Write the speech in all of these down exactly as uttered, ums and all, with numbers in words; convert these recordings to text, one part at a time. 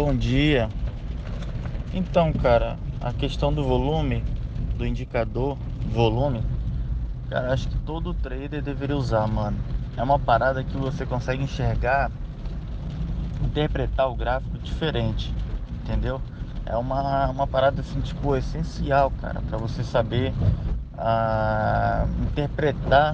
Bom dia. Então, cara, a questão do volume, do indicador volume, cara, acho que todo trader deveria usar, mano. É uma parada que você consegue enxergar, interpretar o gráfico diferente, entendeu? É uma, uma parada assim, tipo, essencial, cara, pra você saber ah, interpretar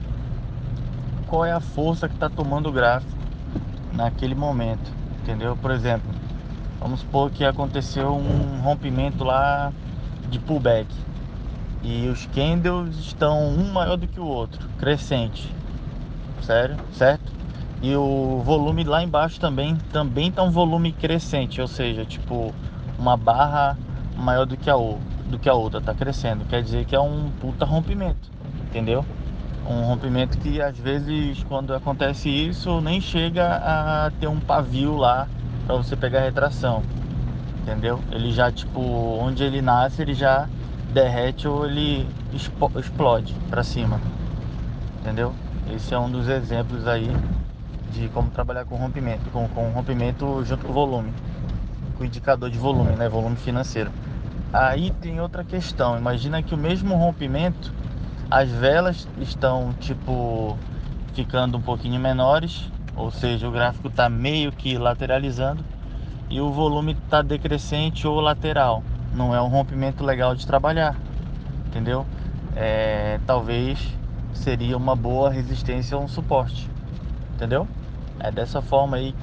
qual é a força que tá tomando o gráfico naquele momento, entendeu? Por exemplo, vamos supor que aconteceu um rompimento lá de pullback e os candles estão um maior do que o outro, crescente, sério, certo? E o volume lá embaixo também também tá um volume crescente, ou seja, tipo uma barra maior do que a o- do que a outra, tá crescendo. Quer dizer que é um puta rompimento, entendeu? Um rompimento que às vezes quando acontece isso nem chega a ter um pavio lá para você pegar a retração, entendeu? Ele já, tipo, onde ele nasce, ele já derrete ou ele expo- explode para cima, entendeu? Esse é um dos exemplos aí de como trabalhar com rompimento, com, com rompimento junto com volume, com indicador de volume, né? Volume financeiro. Aí tem outra questão. Imagina que o mesmo rompimento, as velas estão, tipo, ficando um pouquinho menores, ou seja, o gráfico está meio que lateralizando e o volume está decrescente ou lateral. Não é um rompimento legal de trabalhar, entendeu? É, talvez seria uma boa resistência a um suporte, entendeu? É dessa forma aí.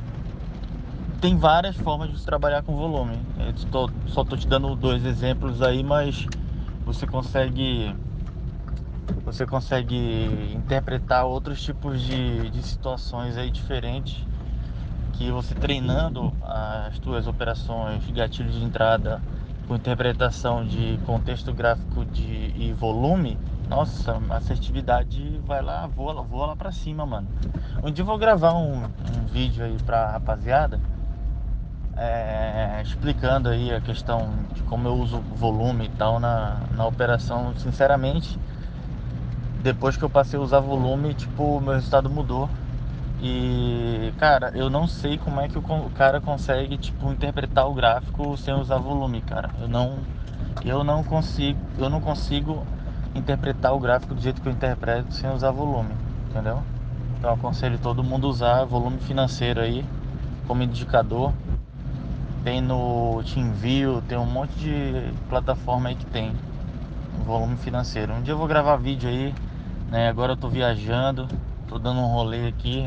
Tem várias formas de se trabalhar com volume. Eu tô, só estou te dando dois exemplos aí, mas você consegue você consegue interpretar outros tipos de, de situações aí diferentes que você treinando as tuas operações, gatilhos de entrada com interpretação de contexto gráfico de, e volume, nossa, a assertividade vai lá, voa, voa lá pra cima, mano. Um dia eu vou gravar um, um vídeo aí pra rapaziada, é, explicando aí a questão de como eu uso volume e tal na, na operação. Sinceramente, depois que eu passei a usar volume, tipo, meu resultado mudou. E, cara, eu não sei como é que o, o cara consegue, tipo, interpretar o gráfico sem usar volume, cara. Eu não, eu não consigo, eu não consigo interpretar o gráfico do jeito que eu interpreto sem usar volume, entendeu? Então, eu aconselho todo mundo a usar volume financeiro aí como indicador. Tem no TeamView, tem um monte de plataforma aí que tem volume financeiro. Um dia eu vou gravar vídeo aí, né? Agora eu tô viajando, tô dando um rolê aqui,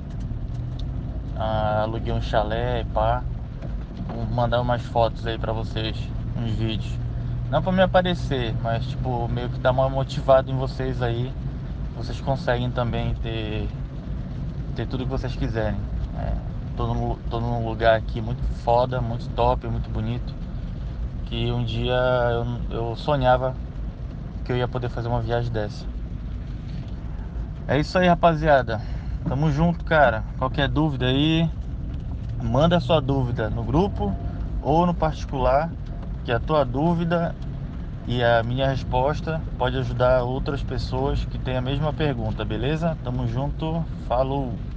ah, aluguei um chalé e pá. Vou mandar umas fotos aí pra vocês, uns vídeos. Não pra me aparecer, mas tipo, meio que dar uma motivada em vocês aí. Vocês conseguem também ter, ter tudo que vocês quiserem. É, tô, num, tô num lugar aqui muito foda, muito top, muito bonito. Que um dia eu, eu sonhava que eu ia poder fazer uma viagem dessa. É isso aí, rapaziada. Tamo junto, cara. Qualquer dúvida aí, manda a sua dúvida no grupo ou no particular, que a tua dúvida e a minha resposta pode ajudar outras pessoas que têm a mesma pergunta, beleza? Tamo junto, falou!